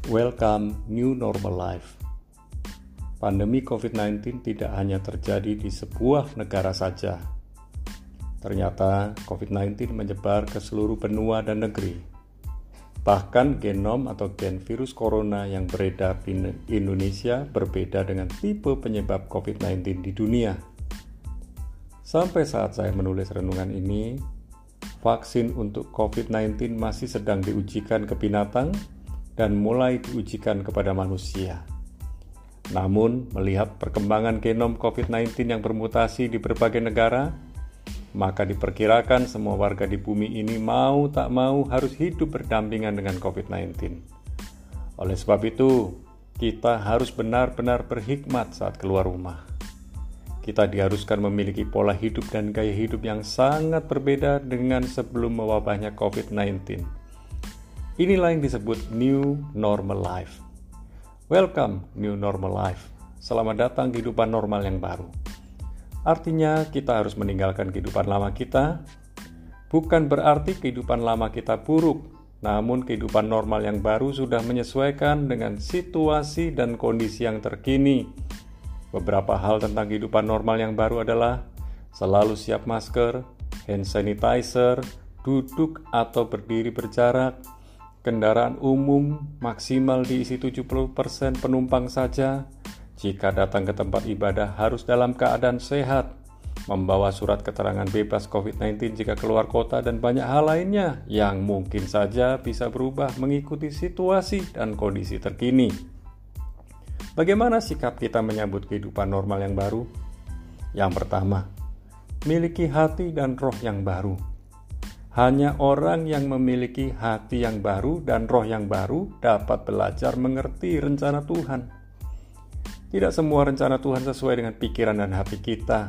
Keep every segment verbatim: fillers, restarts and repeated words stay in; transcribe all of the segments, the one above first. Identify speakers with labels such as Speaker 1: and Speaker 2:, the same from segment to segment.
Speaker 1: Welcome New Normal Life. Pandemi covid sembilan belas tidak hanya terjadi di sebuah negara saja. Ternyata covid sembilan belas menyebar ke seluruh benua dan negeri. Bahkan genom atau gen virus corona yang beredar di Indonesia berbeda dengan tipe penyebab covid sembilan belas di dunia. Sampai saat saya menulis renungan ini, vaksin untuk covid sembilan belas masih sedang diujikan ke binatang dan mulai diujikan kepada manusia. Namun, melihat perkembangan genom covid sembilan belas yang bermutasi di berbagai negara, maka diperkirakan semua warga di bumi ini mau tak mau harus hidup berdampingan dengan covid sembilan belas. Oleh sebab itu, kita harus benar-benar berhikmat saat keluar rumah. Kita diharuskan memiliki pola hidup dan gaya hidup yang sangat berbeda dengan sebelum mewabahnya covid sembilan belas. Inilah yang disebut New Normal Life. Welcome New Normal Life. Selamat datang kehidupan normal yang baru. Artinya kita harus meninggalkan kehidupan lama kita. Bukan berarti kehidupan lama kita buruk, namun kehidupan normal yang baru sudah menyesuaikan dengan situasi dan kondisi yang terkini. Beberapa hal tentang kehidupan normal yang baru adalah selalu siap masker, hand sanitizer, duduk atau berdiri berjarak, kendaraan umum maksimal diisi tujuh puluh persen penumpang saja. Jika datang ke tempat ibadah harus dalam keadaan sehat, membawa surat keterangan bebas covid sembilan belas jika keluar kota, dan banyak hal lainnya yang mungkin saja bisa berubah mengikuti situasi dan kondisi terkini. Bagaimana sikap kita menyambut kehidupan normal yang baru? Yang pertama, miliki hati dan roh yang baru. Hanya orang yang memiliki hati yang baru dan roh yang baru dapat belajar mengerti rencana Tuhan. Tidak semua rencana Tuhan sesuai dengan pikiran dan hati kita.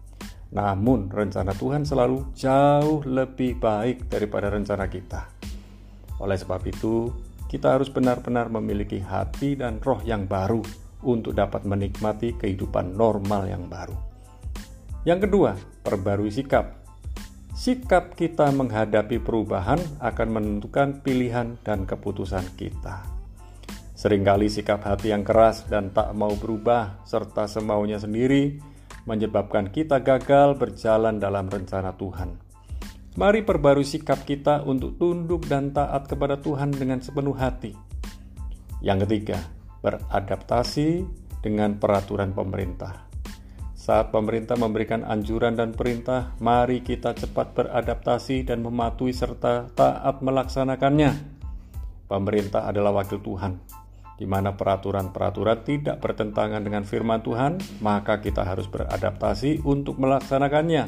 Speaker 1: Namun, rencana Tuhan selalu jauh lebih baik daripada rencana kita. Oleh sebab itu, kita harus benar-benar memiliki hati dan roh yang baru untuk dapat menikmati kehidupan normal yang baru. Yang kedua, perbarui sikap. Sikap kita menghadapi perubahan akan menentukan pilihan dan keputusan kita. Seringkali sikap hati yang keras dan tak mau berubah serta semaunya sendiri menyebabkan kita gagal berjalan dalam rencana Tuhan. Mari perbarui sikap kita untuk tunduk dan taat kepada Tuhan dengan sepenuh hati. Yang ketiga, beradaptasi dengan peraturan pemerintah. Saat pemerintah memberikan anjuran dan perintah, mari kita cepat beradaptasi dan mematuhi serta taat melaksanakannya. Pemerintah adalah wakil Tuhan, di mana peraturan-peraturan tidak bertentangan dengan firman Tuhan, maka kita harus beradaptasi untuk melaksanakannya.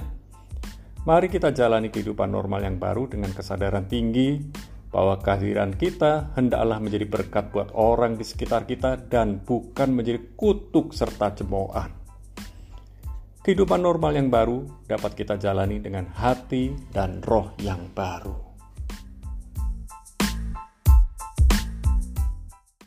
Speaker 1: Mari kita jalani kehidupan normal yang baru dengan kesadaran tinggi bahwa kehadiran kita hendaklah menjadi berkat buat orang di sekitar kita dan bukan menjadi kutuk serta cemoohan. Kehidupan normal yang baru dapat kita jalani dengan hati dan roh yang baru.